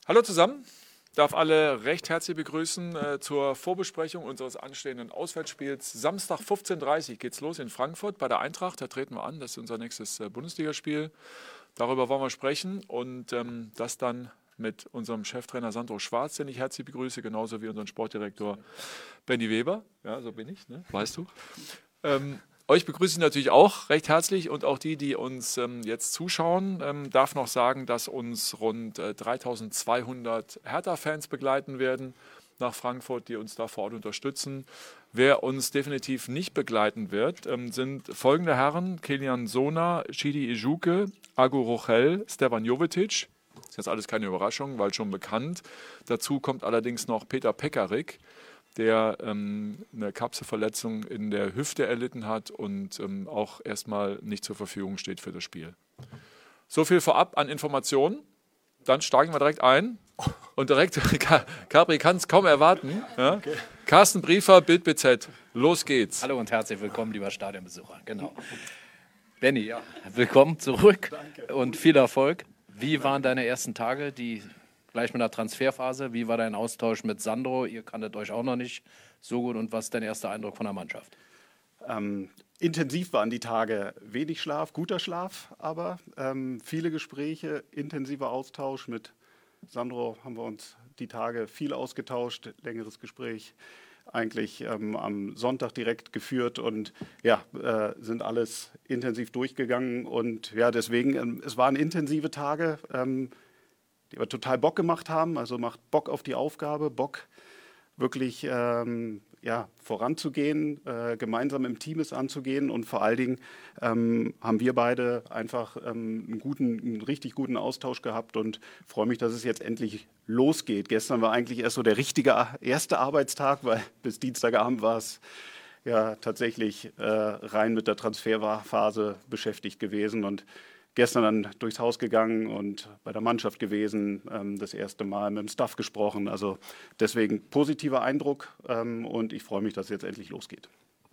Hallo zusammen, darf alle recht herzlich begrüßen zur Vorbesprechung unseres anstehenden Auswärtsspiels. Samstag 15:30 Uhr geht's los in Frankfurt bei der Eintracht, da treten wir an, das ist unser nächstes Bundesligaspiel. Darüber wollen wir sprechen und das dann mit unserem Cheftrainer Sandro Schwarz, den ich herzlich begrüße, genauso wie unseren Sportdirektor Benny Weber. Ja, so bin ich, ne? Weißt du. Euch begrüße ich natürlich auch recht herzlich und auch die uns jetzt zuschauen. Darf noch sagen, dass uns rund 3200 Hertha-Fans begleiten werden nach Frankfurt, die uns da vor Ort unterstützen. Wer uns definitiv nicht begleiten wird, sind folgende Herren: Kilian Sona, Chidi Ijuke, Agu Rochel, Stefan Jovetic. Das ist jetzt alles keine Überraschung, weil schon bekannt. Dazu kommt allerdings noch Peter Pekarik, der eine Kapselverletzung in der Hüfte erlitten hat und auch erstmal nicht zur Verfügung steht für das Spiel. So viel vorab an Informationen. Dann steigen wir direkt ein. Und direkt, Capri kann es kaum erwarten. Ja? Okay. Carsten Briefer, Bild BZ. Los geht's. Hallo und herzlich willkommen, lieber Stadionbesucher. Genau. Benni, ja, willkommen zurück. Danke. Und viel Erfolg. Wie waren deine ersten Tage, gleich mit der Transferphase? Wie war dein Austausch mit Sandro? Ihr kanntet euch auch noch nicht so gut. Und was ist dein erster Eindruck von der Mannschaft? Intensiv waren die Tage, wenig Schlaf, guter Schlaf, aber viele Gespräche, intensiver Austausch. Mit Sandro haben wir uns die Tage viel ausgetauscht, längeres Gespräch eigentlich am Sonntag direkt geführt und ja, sind alles intensiv durchgegangen und ja, deswegen, es waren intensive Tage, die aber total Bock gemacht haben, also macht Bock auf die Aufgabe, Bock wirklich voranzugehen, gemeinsam im Team es anzugehen und vor allen Dingen haben wir beide einfach einen richtig guten Austausch gehabt und freue mich, dass es jetzt endlich losgeht. Gestern war eigentlich erst so der richtige erste Arbeitstag, weil bis Dienstagabend war es ja tatsächlich rein mit der Transferphase beschäftigt gewesen und gestern dann durchs Haus gegangen und bei der Mannschaft gewesen, das erste Mal mit dem Staff gesprochen. Also deswegen positiver Eindruck und ich freue mich, dass es jetzt endlich losgeht.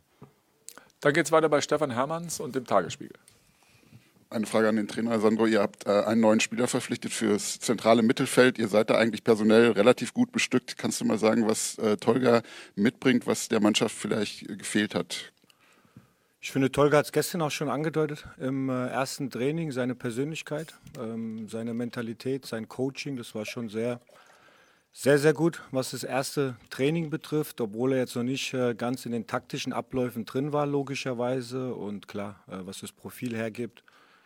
Dann geht es weiter bei Stefan Hermanns und dem Tagesspiegel. Eine Frage an den Trainer Sandro. Ihr habt einen neuen Spieler verpflichtet fürs zentrale Mittelfeld. Ihr seid da eigentlich personell relativ gut bestückt. Kannst du mal sagen, was Tolga mitbringt, was der Mannschaft vielleicht gefehlt hat? Ich finde, Tolga hat es gestern auch schon angedeutet im ersten Training, seine Persönlichkeit, seine Mentalität, sein Coaching, das war schon sehr, sehr, sehr gut, was das erste Training betrifft, obwohl er jetzt noch nicht ganz in den taktischen Abläufen drin war, logischerweise. Und klar, was das Profil hergibt,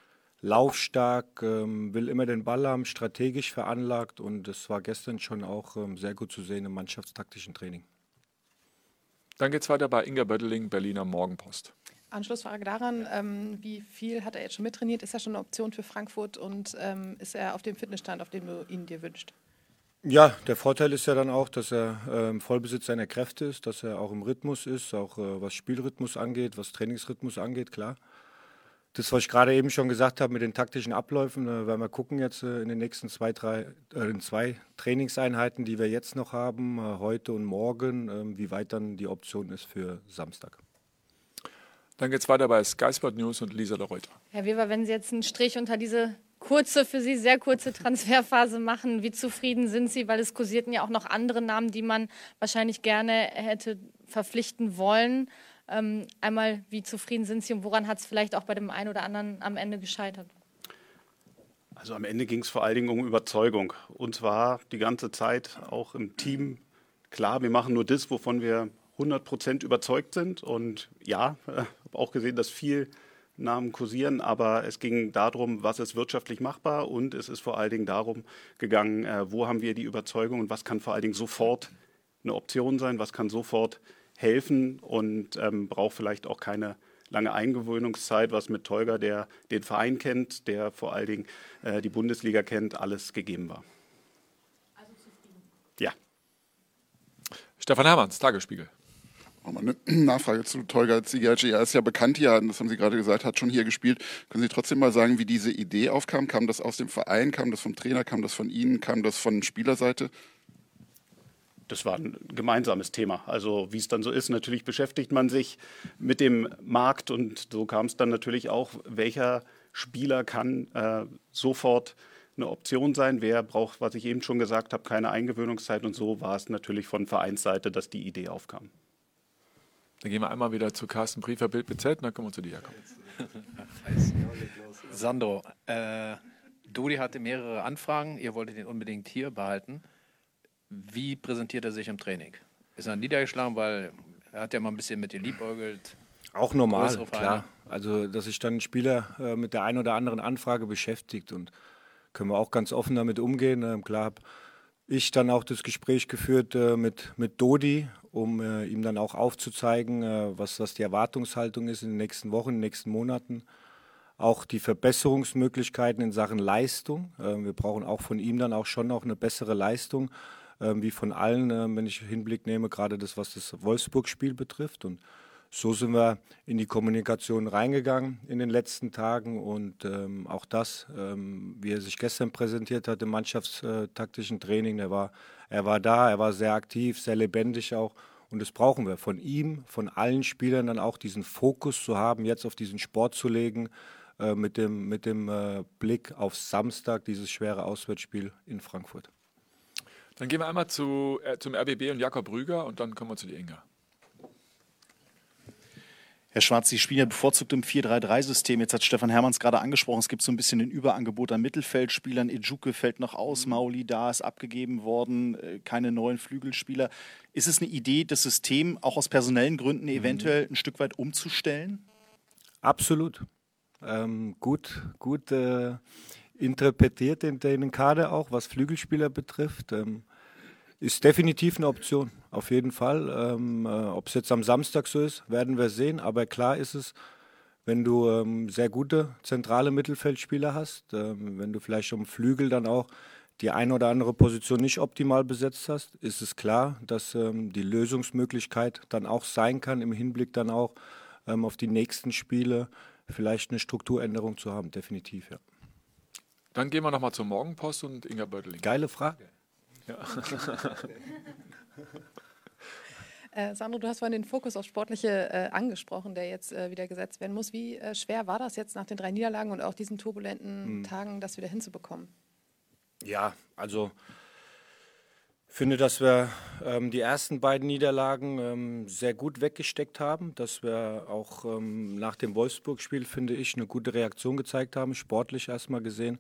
laufstark, will immer den Ball haben, strategisch veranlagt und das war gestern schon auch sehr gut zu sehen im mannschaftstaktischen Training. Dann geht es weiter bei Inga Bödeling, Berliner Morgenpost. Anschlussfrage daran, wie viel hat er jetzt schon mittrainiert? Ist er schon eine Option für Frankfurt und ist er auf dem Fitnessstand, auf dem du ihn dir wünschst? Ja, der Vorteil ist ja dann auch, dass er im Vollbesitz seiner Kräfte ist, dass er auch im Rhythmus ist, auch was Spielrhythmus angeht, was Trainingsrhythmus angeht, klar. Das, was ich gerade eben schon gesagt habe mit den taktischen Abläufen, werden wir gucken jetzt in den nächsten zwei Trainingseinheiten, die wir jetzt noch haben, heute und morgen, wie weit dann die Option ist für Samstag. Dann geht es weiter bei Sky Sport News und Lisa de Reuter. Herr Weber, wenn Sie jetzt einen Strich unter diese für Sie sehr kurze Transferphase machen, wie zufrieden sind Sie? Weil es kursierten ja auch noch andere Namen, die man wahrscheinlich gerne hätte verpflichten wollen. Einmal, wie zufrieden sind Sie und woran hat es vielleicht auch bei dem einen oder anderen am Ende gescheitert? Also am Ende ging es vor allen Dingen um Überzeugung. Und zwar die ganze Zeit auch im Team. Klar, wir machen nur das, wovon wir 100% überzeugt sind und ja, habe auch gesehen, dass viel Namen kursieren, aber es ging darum, was ist wirtschaftlich machbar und es ist vor allen Dingen darum gegangen, wo haben wir die Überzeugung und was kann vor allen Dingen sofort eine Option sein, was kann sofort helfen und braucht vielleicht auch keine lange Eingewöhnungszeit, was mit Tolga, der den Verein kennt, der vor allen Dingen die Bundesliga kennt, alles gegeben war. Also zufrieden? Ja. Stefan Hermanns, Tagesspiegel. Nochmal eine Nachfrage zu Tolga Cigaci. Er ist ja bekannt hier, das haben Sie gerade gesagt, hat schon hier gespielt. Können Sie trotzdem mal sagen, wie diese Idee aufkam? Kam das aus dem Verein, kam das vom Trainer, kam das von Ihnen, kam das von Spielerseite? Das war ein gemeinsames Thema. Also wie es dann so ist, natürlich beschäftigt man sich mit dem Markt und so kam es dann natürlich auch, welcher Spieler kann sofort eine Option sein. Wer braucht, was ich eben schon gesagt habe, keine Eingewöhnungszeit. Und so war es natürlich von Vereinsseite, dass die Idee aufkam. Dann gehen wir einmal wieder zu Carsten Briefer, Bild mit Z, und dann kommen wir zu dir, Jakob. Sandro, Dodi hatte mehrere Anfragen, ihr wolltet ihn unbedingt hier behalten. Wie präsentiert er sich im Training? Ist er niedergeschlagen, weil er hat ja mal ein bisschen mit dir liebäugelt? Auch normal, klar. Also, dass sich dann ein Spieler mit der einen oder anderen Anfrage beschäftigt, und können wir auch ganz offen damit umgehen. Klar habe ich dann auch das Gespräch geführt mit Dodi, um ihm dann auch aufzuzeigen, was die Erwartungshaltung ist in den nächsten Wochen, in den nächsten Monaten. Auch die Verbesserungsmöglichkeiten in Sachen Leistung. Wir brauchen auch von ihm dann auch schon noch eine bessere Leistung, wie von allen, wenn ich Hinblick nehme, gerade das, was das Wolfsburg-Spiel betrifft. Und so sind wir in die Kommunikation reingegangen in den letzten Tagen, und auch das, wie er sich gestern präsentiert hat im mannschaftstaktischen Training, er war da, er war sehr aktiv, sehr lebendig auch, und das brauchen wir von ihm, von allen Spielern dann auch diesen Fokus zu haben, jetzt auf diesen Sport zu legen, mit dem Blick auf Samstag, dieses schwere Auswärtsspiel in Frankfurt. Dann gehen wir einmal zum RBB und Jakob Rüger, und dann kommen wir zu dir, Inga. Herr Schwarz, Sie spielen ja bevorzugt im 4-3-3-System. Jetzt hat Stefan Hermanns gerade angesprochen, es gibt so ein bisschen ein Überangebot an Mittelfeldspielern. Ejuke fällt noch aus, Mauli da ist abgegeben worden, keine neuen Flügelspieler. Ist es eine Idee, das System auch aus personellen Gründen eventuell ein Stück weit umzustellen? Absolut. Gut interpretiert den Kader auch, was Flügelspieler betrifft. Ist definitiv eine Option, auf jeden Fall. Ob es jetzt am Samstag so ist, werden wir sehen. Aber klar ist es, wenn du sehr gute zentrale Mittelfeldspieler hast, wenn du vielleicht am Flügel dann auch die eine oder andere Position nicht optimal besetzt hast, ist es klar, dass die Lösungsmöglichkeit dann auch sein kann, im Hinblick dann auch auf die nächsten Spiele vielleicht eine Strukturänderung zu haben, definitiv, ja. Dann gehen wir nochmal zur Morgenpost und Inga Börteling. Geile Frage. Ja. Sandro, du hast vorhin den Fokus auf Sportliche angesprochen, der jetzt wieder gesetzt werden muss. Wie schwer war das jetzt nach den 3 Niederlagen und auch diesen turbulenten Tagen, das wieder hinzubekommen? Ja, also ich finde, dass wir die ersten beiden Niederlagen sehr gut weggesteckt haben, dass wir auch nach dem Wolfsburg-Spiel, finde ich, eine gute Reaktion gezeigt haben, sportlich erstmal gesehen,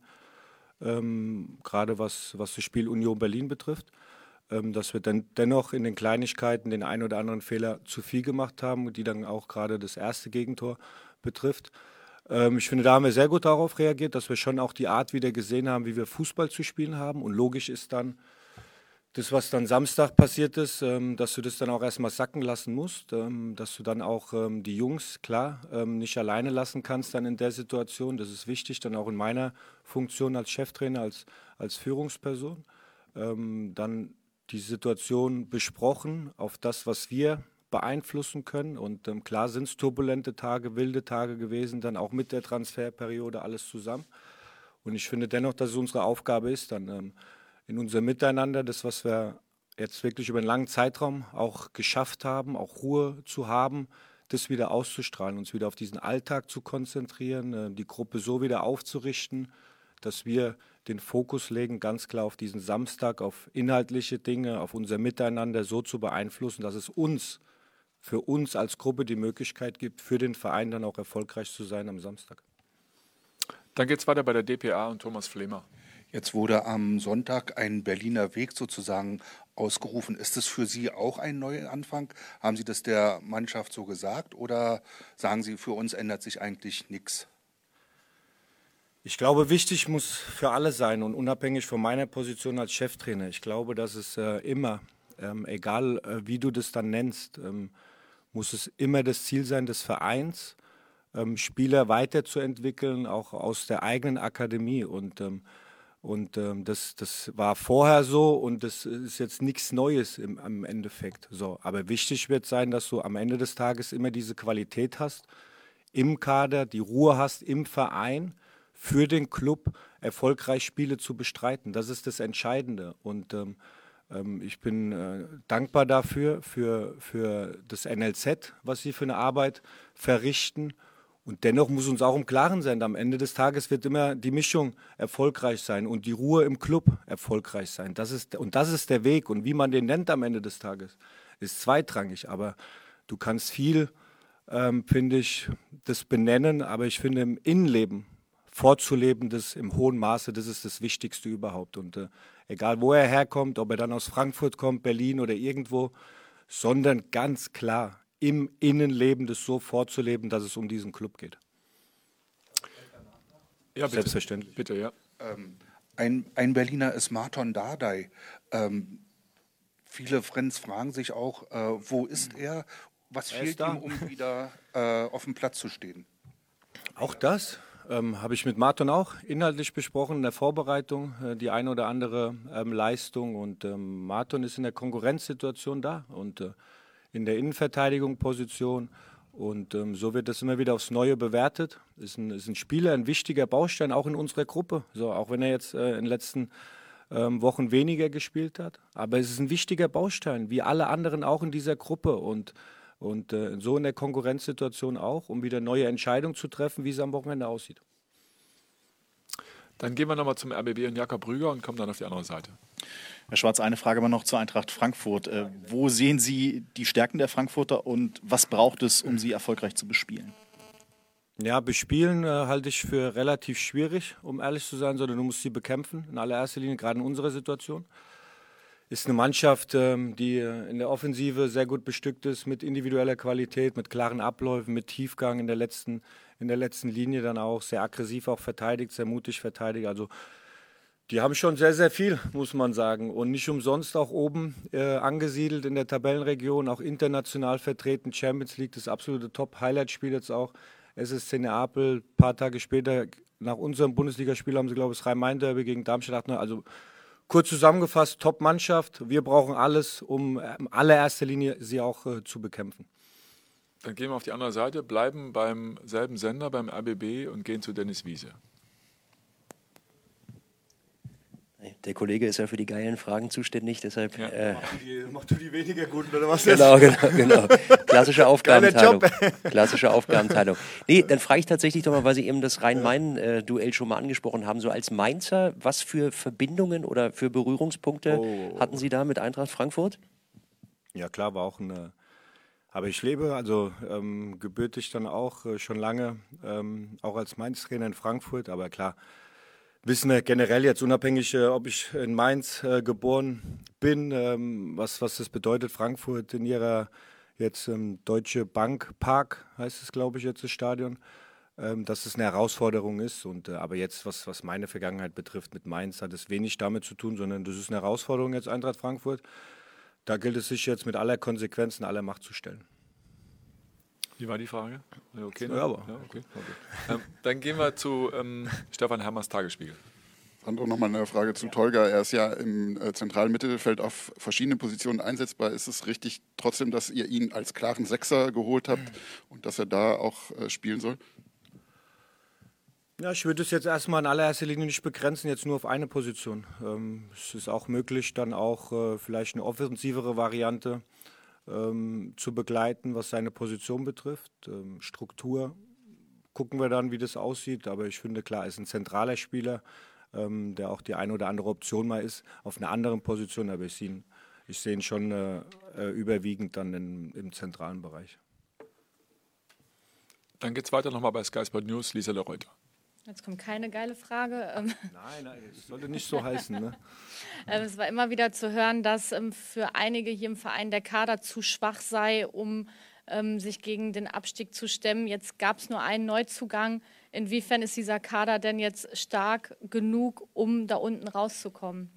gerade was das Spiel Union Berlin betrifft, dass wir dann dennoch in den Kleinigkeiten den einen oder anderen Fehler zu viel gemacht haben, die dann auch gerade das erste Gegentor betrifft. Ich finde, da haben wir sehr gut darauf reagiert, dass wir schon auch die Art wieder gesehen haben, wie wir Fußball zu spielen haben, und logisch ist dann, das, was dann Samstag passiert ist, dass du das dann auch erstmal sacken lassen musst, dass du dann auch die Jungs, klar, nicht alleine lassen kannst dann in der Situation. Das ist wichtig, dann auch in meiner Funktion als Cheftrainer, als Führungsperson. Dann die Situation besprochen auf das, was wir beeinflussen können. Und klar sind es turbulente Tage, wilde Tage gewesen, dann auch mit der Transferperiode alles zusammen. Und ich finde dennoch, dass es unsere Aufgabe ist, dann in unserem Miteinander, das, was wir jetzt wirklich über einen langen Zeitraum auch geschafft haben, auch Ruhe zu haben, das wieder auszustrahlen, uns wieder auf diesen Alltag zu konzentrieren, die Gruppe so wieder aufzurichten, dass wir den Fokus legen, ganz klar auf diesen Samstag, auf inhaltliche Dinge, auf unser Miteinander so zu beeinflussen, dass es für uns als Gruppe die Möglichkeit gibt, für den Verein dann auch erfolgreich zu sein am Samstag. Dann geht es weiter bei der dpa und Thomas Flemer. Jetzt wurde am Sonntag ein Berliner Weg sozusagen ausgerufen. Ist das für Sie auch ein neuer Anfang? Haben Sie das der Mannschaft so gesagt oder sagen Sie, für uns ändert sich eigentlich nichts? Ich glaube, wichtig muss für alle sein und unabhängig von meiner Position als Cheftrainer. Ich glaube, dass es immer, egal wie du das dann nennst, muss es immer das Ziel sein des Vereins, Spieler weiterzuentwickeln, auch aus der eigenen Akademie. Und das war vorher so, und das ist jetzt nichts Neues im Endeffekt. So, aber wichtig wird sein, dass du am Ende des Tages immer diese Qualität hast im Kader, die Ruhe hast im Verein, für den Club erfolgreich Spiele zu bestreiten. Das ist das Entscheidende. Und ich bin dankbar dafür, für das NLZ, was sie für eine Arbeit verrichten. Und dennoch muss uns auch im Klaren sein, am Ende des Tages wird immer die Mischung erfolgreich sein und die Ruhe im Club erfolgreich sein. Das ist der Weg. Und wie man den nennt am Ende des Tages, ist zweitrangig. Aber du kannst viel, finde ich, das benennen. Aber ich finde, im Innenleben vorzuleben, das im hohen Maße, das ist das Wichtigste überhaupt. Und egal, wo er herkommt, ob er dann aus Frankfurt kommt, Berlin oder irgendwo, sondern ganz klar im Innenleben das so vorzuleben, dass es um diesen Club geht. Ja, bitte. Selbstverständlich. Bitte, ja. Ein Berliner ist Marton Dardai. Viele Friends fragen sich auch, wo ist er? Was fehlt ihm, um wieder auf dem Platz zu stehen? Auch das habe ich mit Marton auch inhaltlich besprochen in der Vorbereitung, die eine oder andere Leistung. Und Marton ist in der Konkurrenzsituation da und in der Innenverteidigung Position. Und so wird das immer wieder aufs Neue bewertet. Ist ein Spieler, ein wichtiger Baustein, auch in unserer Gruppe. So, auch wenn er jetzt in den letzten Wochen weniger gespielt hat. Aber es ist ein wichtiger Baustein, wie alle anderen auch in dieser Gruppe. Und so in der Konkurrenzsituation auch, um wieder neue Entscheidungen zu treffen, wie es am Wochenende aussieht. Dann gehen wir nochmal zum RBB und Jakob Brügger und kommen dann auf die andere Seite. Herr Schwarz, eine Frage aber noch zur Eintracht Frankfurt. Wo sehen Sie die Stärken der Frankfurter und was braucht es, um sie erfolgreich zu bespielen? Ja, bespielen halte ich für relativ schwierig, um ehrlich zu sein, sondern du musst sie bekämpfen, in allererster Linie, gerade in unserer Situation. Ist eine Mannschaft, die in der Offensive sehr gut bestückt ist, mit individueller Qualität, mit klaren Abläufen, mit Tiefgang in der letzten Linie dann auch, sehr aggressiv auch verteidigt, sehr mutig verteidigt. Also die haben schon sehr, sehr viel, muss man sagen. Und nicht umsonst auch oben angesiedelt in der Tabellenregion, auch international vertreten. Champions League, das absolute Top-Highlight-Spiel jetzt auch. SSC Neapel, ein paar Tage später, nach unserem Bundesligaspiel haben sie, glaube ich, das Rhein-Main-Derby gegen Darmstadt. Also kurz zusammengefasst, Top-Mannschaft. Wir brauchen alles, um in allererster Linie sie auch zu bekämpfen. Dann gehen wir auf die andere Seite, bleiben beim selben Sender, beim RBB und gehen zu Dennis Wiese. Der Kollege ist ja für die geilen Fragen zuständig, deshalb... Ja. Machst du die weniger guten, oder was? Genau. Klassische Aufgabenteilung. Klassische Aufgabenteilung. Nee, dann frage ich tatsächlich doch mal, weil Sie eben das Rhein-Main-Duell schon mal angesprochen haben, so als Mainzer, was für Verbindungen oder für Berührungspunkte hatten Sie da mit Eintracht Frankfurt? Ja klar, war auch eine... Aber ich lebe, also gebürtig dann auch schon lange, auch als Mainz-Trainer in Frankfurt, aber klar, wissen wir generell jetzt unabhängig, ob ich in Mainz geboren bin, was das bedeutet, Frankfurt in ihrer jetzt Deutsche Bank Park, heißt es glaube ich jetzt das Stadion, dass es eine Herausforderung ist. Und aber jetzt, was meine Vergangenheit betrifft mit Mainz, hat es wenig damit zu tun, sondern das ist eine Herausforderung jetzt Eintracht Frankfurt. Da gilt es sich jetzt mit aller Konsequenz und aller Macht zu stellen. Wie war die Frage? Okay, ja, aber. Ja, okay. Dann gehen wir zu Stefan Herrmanns Tagesspiegel. Sandro, nochmal eine Frage zu Tolga. Er ist ja im zentralen Mittelfeld auf verschiedene Positionen einsetzbar. Ist es richtig trotzdem, dass ihr ihn als klaren Sechser geholt habt und dass er da auch spielen soll? Ja, ich würde es jetzt erstmal in allererster Linie nicht begrenzen, jetzt nur auf eine Position. Es ist auch möglich, dann auch vielleicht eine offensivere Variante zu begleiten, was seine Position betrifft. Struktur gucken wir dann, wie das aussieht. Aber ich finde, klar, er ist ein zentraler Spieler, der auch die eine oder andere Option mal ist, auf einer anderen Position. Aber ich sehe ihn schon überwiegend dann im zentralen Bereich. Dann geht es weiter nochmal bei Sky Sport News, Lisa Le Reuter. Jetzt kommt keine geile Frage. Nein, das sollte nicht so heißen. Ne? Es war immer wieder zu hören, dass für einige hier im Verein der Kader zu schwach sei, um sich gegen den Abstieg zu stemmen. Jetzt gab es nur einen Neuzugang. Inwiefern ist dieser Kader denn jetzt stark genug, um da unten rauszukommen?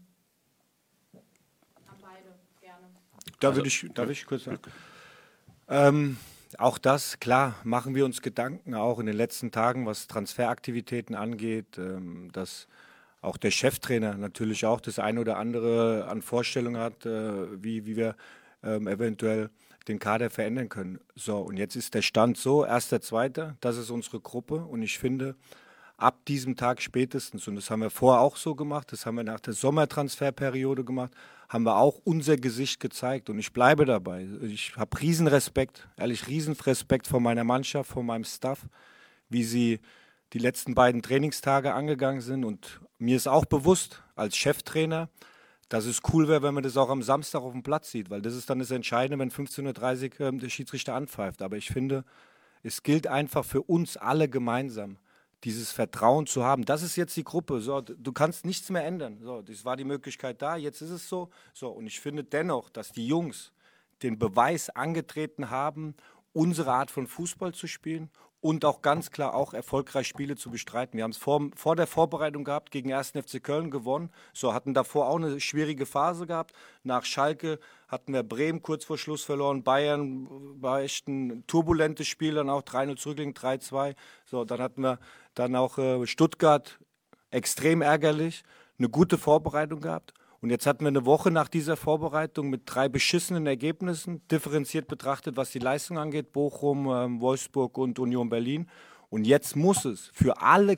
An beide, gerne. Darf ich kurz sagen? Auch das, klar, machen wir uns Gedanken, auch in den letzten Tagen, was Transferaktivitäten angeht, dass auch der Cheftrainer natürlich auch das eine oder andere an Vorstellungen hat, wie wir eventuell den Kader verändern können. So, und jetzt ist der Stand so, 1.2., das ist unsere Gruppe und ich finde, ab diesem Tag spätestens, und das haben wir vorher auch so gemacht, das haben wir nach der Sommertransferperiode gemacht, haben wir auch unser Gesicht gezeigt und ich bleibe dabei. Ich habe Riesenrespekt, ehrlich Riesenrespekt vor meiner Mannschaft, vor meinem Staff, wie sie die letzten beiden Trainingstage angegangen sind. Und mir ist auch bewusst, als Cheftrainer, dass es cool wäre, wenn man das auch am Samstag auf dem Platz sieht, weil das ist dann das Entscheidende, wenn 15:30 Uhr der Schiedsrichter anpfeift. Aber ich finde, es gilt einfach für uns alle gemeinsam, dieses Vertrauen zu haben. Das ist jetzt die Gruppe. So, du kannst nichts mehr ändern. So, das war die Möglichkeit da, jetzt ist es so. So, und ich finde dennoch, dass die Jungs den Beweis angetreten haben, unsere Art von Fußball zu spielen und auch ganz klar auch erfolgreich Spiele zu bestreiten. Wir haben es vor der Vorbereitung gehabt, gegen 1. FC Köln gewonnen. So, hatten davor auch eine schwierige Phase gehabt. Nach Schalke hatten wir Bremen kurz vor Schluss verloren. Bayern war echt ein turbulentes Spiel, dann auch 3-0 zurückliegend, 3-2. So, dann hatten wir dann auch Stuttgart, extrem ärgerlich, eine gute Vorbereitung gehabt. Und jetzt hatten wir eine Woche nach dieser Vorbereitung mit 3 beschissenen Ergebnissen, differenziert betrachtet, was die Leistung angeht, Bochum, Wolfsburg und Union Berlin. Und jetzt muss es für alle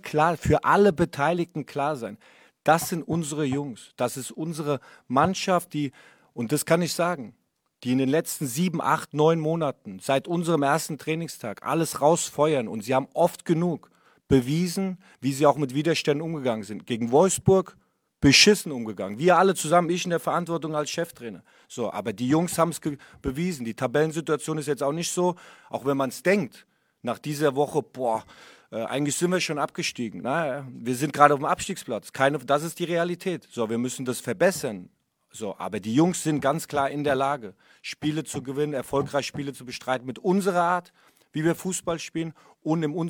Beteiligten klar sein, das sind unsere Jungs, das ist unsere Mannschaft, und das kann ich sagen, die in den letzten 7, 8, 9 Monaten, seit unserem ersten Trainingstag, alles rausfeuern. Und sie haben oft genug bewiesen, wie sie auch mit Widerständen umgegangen sind. Gegen Wolfsburg beschissen umgegangen. Wir alle zusammen, ich in der Verantwortung als Cheftrainer. So, aber die Jungs haben es bewiesen. Die Tabellensituation ist jetzt auch nicht so, auch wenn man es denkt, nach dieser Woche, eigentlich sind wir schon abgestiegen. Naja, wir sind gerade auf dem Abstiegsplatz. Das ist die Realität. So, wir müssen das verbessern. So, aber die Jungs sind ganz klar in der Lage, Spiele zu gewinnen, erfolgreich Spiele zu bestreiten mit unserer Art, wie wir Fußball spielen und in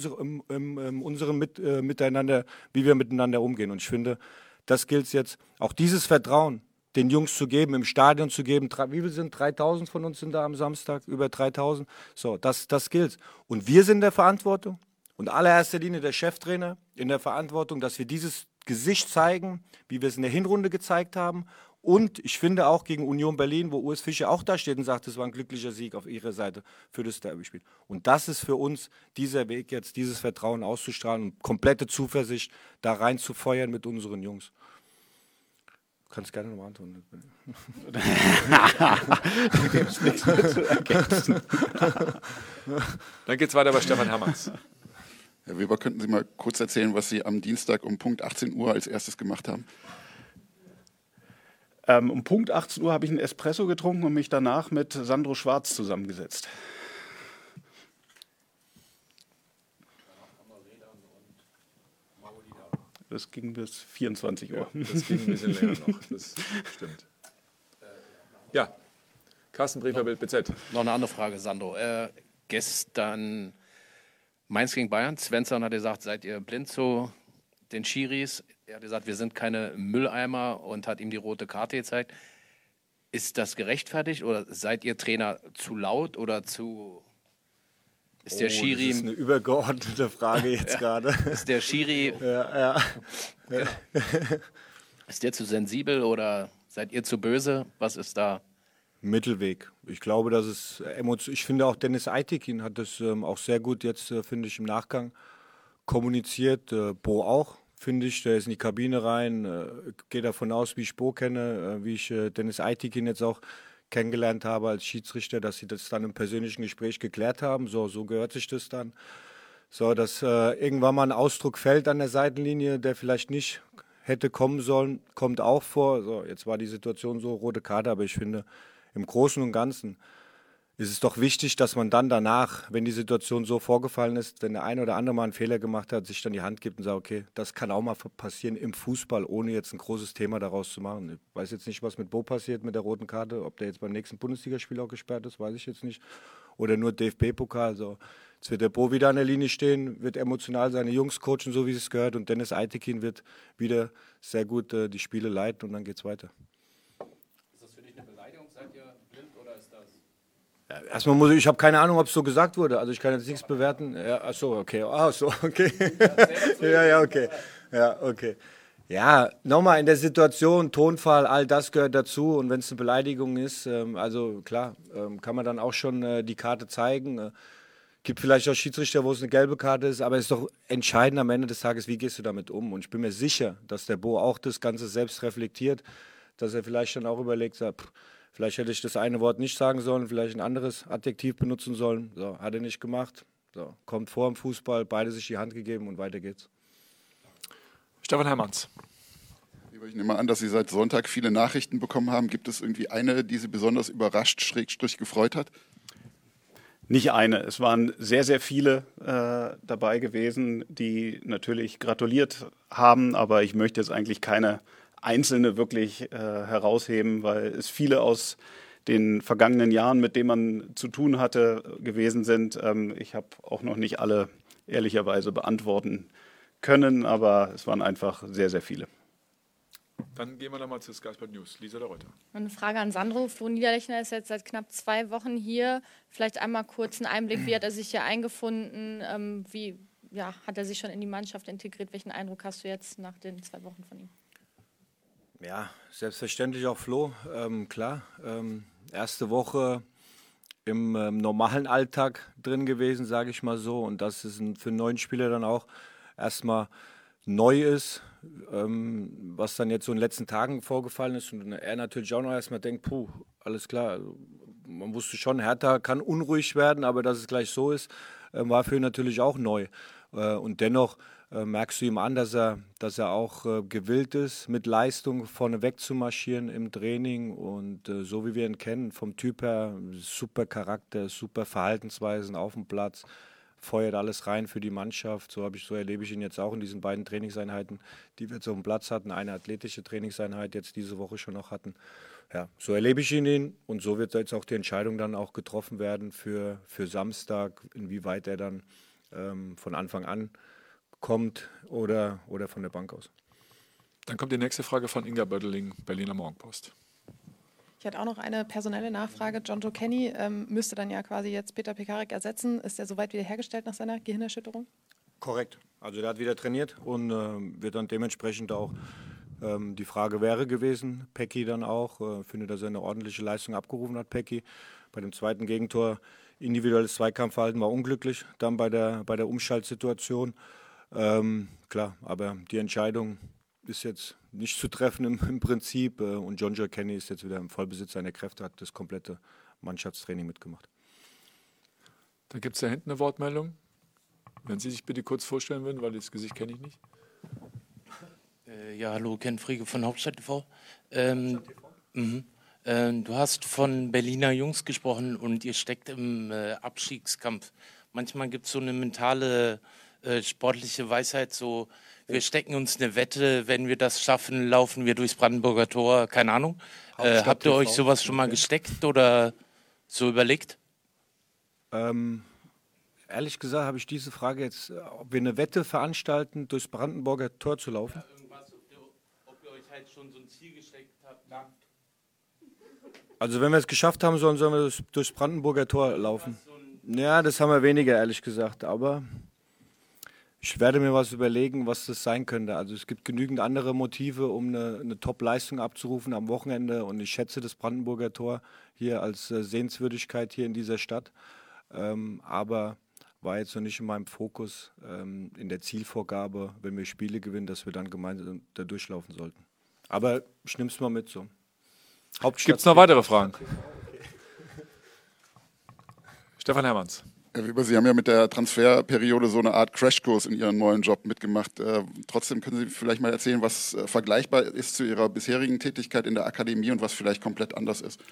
unserem Miteinander, wie wir miteinander umgehen. Und ich finde, das gilt es jetzt, auch dieses Vertrauen den Jungs zu geben, im Stadion zu geben. Wie viel sind 3.000 von uns sind da am Samstag? Über 3.000. So, das gilt. Und wir sind in der Verantwortung und in allererster Linie der Cheftrainer in der Verantwortung, dass wir dieses Gesicht zeigen, wie wir es in der Hinrunde gezeigt haben. Und ich finde auch gegen Union Berlin, wo Urs Fischer auch da steht und sagt, es war ein glücklicher Sieg auf ihrer Seite für das Derby-Spiel. Und das ist für uns dieser Weg jetzt, dieses Vertrauen auszustrahlen und komplette Zuversicht da rein zu feuern mit unseren Jungs. Du kannst gerne nochmal antworten. Da gibt es nichts mehr zu ergänzen. Dann geht es weiter bei Stefan Hermanns. Herr Weber, könnten Sie mal kurz erzählen, was Sie am Dienstag um Punkt 18 Uhr als erstes gemacht haben? Um Punkt 18 Uhr habe ich einen Espresso getrunken und mich danach mit Sandro Schwarz zusammengesetzt. Das ging bis 24 Uhr. Ja, das ging ein bisschen länger noch, das stimmt. Ja, Carsten Briefer, Bild BZ. Noch eine andere Frage, Sandro. Gestern Mainz gegen Bayern. Svensson hat gesagt, seid ihr blind zu den Schiris? Er hat gesagt, wir sind keine Mülleimer und hat ihm die rote Karte gezeigt. Ist das gerechtfertigt oder seid ihr Trainer zu laut oder zu... Ist der Schiri... Das ist eine übergeordnete Frage jetzt gerade. Ist der Schiri... Ja. Genau. Ist der zu sensibel oder seid ihr zu böse? Was ist da? Mittelweg. Ich glaube, dass es ich finde auch Dennis Aytekin hat das auch sehr gut jetzt, finde ich, im Nachgang kommuniziert. Bo auch, finde ich. Der ist in die Kabine rein, gehe davon aus, wie ich Bo kenne, wie ich Dennis Aytekin jetzt auch kennengelernt habe als Schiedsrichter, dass sie das dann im persönlichen Gespräch geklärt haben. So gehört sich das dann. So, dass irgendwann mal ein Ausdruck fällt an der Seitenlinie, der vielleicht nicht hätte kommen sollen, kommt auch vor. So, jetzt war die Situation so, rote Karte, aber ich finde, im Großen und Ganzen ist es doch wichtig, dass man dann danach, wenn die Situation so vorgefallen ist, wenn der eine oder andere mal einen Fehler gemacht hat, sich dann die Hand gibt und sagt, okay, das kann auch mal passieren im Fußball, ohne jetzt ein großes Thema daraus zu machen. Ich weiß jetzt nicht, was mit Bo passiert mit der roten Karte, ob der jetzt beim nächsten Bundesligaspiel auch gesperrt ist, weiß ich jetzt nicht. Oder nur DFB-Pokal. Also, jetzt wird der Bo wieder an der Linie stehen, wird emotional seine Jungs coachen, so wie es gehört, und Dennis Aytekin wird wieder sehr gut die Spiele leiten und dann geht's weiter. Erstmal ich habe keine Ahnung, ob es so gesagt wurde. Also ich kann jetzt nichts bewerten. Ja, ach so, okay. Ja, okay. Ja, okay. Ja, nochmal in der Situation, Tonfall, all das gehört dazu. Und wenn es eine Beleidigung ist, also klar, kann man dann auch schon die Karte zeigen. Gibt vielleicht auch Schiedsrichter, wo es eine gelbe Karte ist, aber es ist doch entscheidend am Ende des Tages, wie gehst du damit um? Und ich bin mir sicher, dass der Bo auch das Ganze selbst reflektiert, dass er vielleicht dann auch überlegt, sagt, vielleicht hätte ich das eine Wort nicht sagen sollen, vielleicht ein anderes Adjektiv benutzen sollen. So, hat er nicht gemacht. So, kommt vor im Fußball, beide sich die Hand gegeben und weiter geht's. Stefan Hermanns. Ich nehme an, dass Sie seit Sonntag viele Nachrichten bekommen haben. Gibt es irgendwie eine, die Sie besonders überrascht, / gefreut hat? Nicht eine. Es waren sehr, sehr viele dabei gewesen, die natürlich gratuliert haben, aber ich möchte jetzt eigentlich keine einzelne wirklich herausheben, weil es viele aus den vergangenen Jahren, mit denen man zu tun hatte, gewesen sind. Ich habe auch noch nicht alle ehrlicherweise beantworten können, aber es waren einfach sehr, sehr viele. Dann gehen wir nochmal zu Sky Sport News. Lisa de Reuter. Eine Frage an Sandro. Flo Niederlechner ist jetzt seit knapp 2 Wochen hier. Vielleicht einmal kurz einen Einblick, wie hat er sich hier eingefunden? Wie hat er sich schon in die Mannschaft integriert? Welchen Eindruck hast du jetzt nach den 2 Wochen von ihm? Ja, selbstverständlich auch Flo. Klar, erste Woche im normalen Alltag drin gewesen, sage ich mal so. Und das ist für einen neuen Spieler dann auch erstmal neu ist, was dann jetzt so in den letzten Tagen vorgefallen ist. Und er natürlich auch noch erstmal denkt, alles klar. Also, man wusste schon, Hertha kann unruhig werden, aber dass es gleich so ist, war für ihn natürlich auch neu. Und dennoch merkst du ihm an, dass er auch gewillt ist, mit Leistung vorne weg zu marschieren im Training. Und so wie wir ihn kennen, vom Typ her, super Charakter, super Verhaltensweisen auf dem Platz, feuert alles rein für die Mannschaft. So erlebe ich ihn jetzt auch in diesen beiden Trainingseinheiten, die wir jetzt auf dem Platz hatten. Eine athletische Trainingseinheit jetzt diese Woche schon noch hatten. Ja, so erlebe ich ihn und so wird jetzt auch die Entscheidung dann auch getroffen werden für Samstag, inwieweit er dann von Anfang an kommt oder von der Bank aus. Dann kommt die nächste Frage von Inga Bödeling, Berliner Morgenpost. Ich hatte auch noch eine personelle Nachfrage. Jonjoe Kenny müsste dann ja quasi jetzt Peter Pekarik ersetzen. Ist er soweit wiederhergestellt nach seiner Gehirnerschütterung? Korrekt. Also der hat wieder trainiert und wird dann dementsprechend auch, die Frage wäre gewesen, Pekki dann auch, finde, dass er eine ordentliche Leistung abgerufen hat, Pekki. Bei dem zweiten Gegentor, individuelles Zweikampfverhalten war unglücklich, dann bei der Umschaltsituation. Klar, aber die Entscheidung ist jetzt nicht zu treffen im Prinzip. Und Jonjoe Kenny ist jetzt wieder im Vollbesitz seiner Kräfte, hat das komplette Mannschaftstraining mitgemacht. Da gibt es da hinten eine Wortmeldung. Wenn Sie sich bitte kurz vorstellen würden, weil das Gesicht kenne ich nicht. Ja, hallo, Ken Friege von Hauptstadt TV. Du hast von Berliner Jungs gesprochen und ihr steckt im Abstiegskampf. Manchmal gibt es so eine mentale sportliche Weisheit, so wir stecken uns eine Wette, wenn wir das schaffen, laufen wir durchs Brandenburger Tor, keine Ahnung. Habt ihr euch sowas schon mal gesteckt oder so überlegt? Ehrlich gesagt habe ich diese Frage jetzt, ob wir eine Wette veranstalten, durchs Brandenburger Tor zu laufen. Ja, irgendwas, ob ihr euch halt schon so ein Ziel gesteckt habt. Also wenn wir es geschafft haben, sollen wir durchs Brandenburger Tor laufen. Ja, das haben wir weniger, ehrlich gesagt, aber ich werde mir was überlegen, was das sein könnte. Also es gibt genügend andere Motive, um eine Top-Leistung abzurufen am Wochenende. Und ich schätze das Brandenburger Tor hier als Sehenswürdigkeit hier in dieser Stadt. Aber war jetzt noch nicht in meinem Fokus in der Zielvorgabe, wenn wir Spiele gewinnen, dass wir dann gemeinsam da durchlaufen sollten. Aber ich nehme es mal mit so. Gibt es noch weitere Fragen? Stefan Hermanns. Herr Weber, Sie haben ja mit der Transferperiode so eine Art Crashkurs in Ihren neuen Job mitgemacht. Trotzdem können Sie vielleicht mal erzählen, was vergleichbar ist zu Ihrer bisherigen Tätigkeit in der Akademie und was vielleicht komplett anders ist.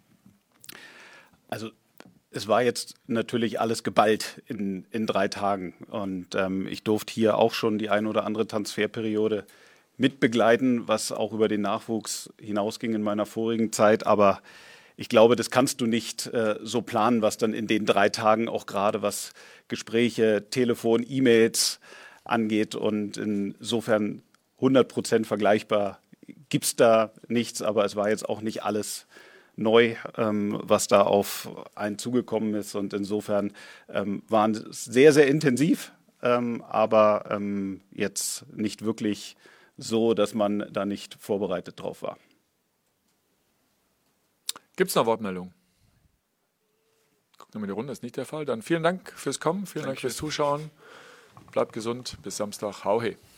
Also es war jetzt natürlich alles geballt in 3 Tagen und ich durfte hier auch schon die ein oder andere Transferperiode mitbegleiten, was auch über den Nachwuchs hinausging in meiner vorigen Zeit, aber ich glaube, das kannst du nicht so planen, was dann in den 3 Tagen auch gerade was Gespräche, Telefon, E-Mails angeht. Und insofern 100% vergleichbar gibt es da nichts. Aber es war jetzt auch nicht alles neu, was da auf einen zugekommen ist. Und insofern waren es sehr, sehr intensiv, aber jetzt nicht wirklich so, dass man da nicht vorbereitet drauf war. Gibt es noch Wortmeldungen? Guck nochmal die Runde, ist nicht der Fall. Dann vielen Dank fürs Kommen, vielen Dank fürs Zuschauen. Bleibt gesund, bis Samstag. Hau he.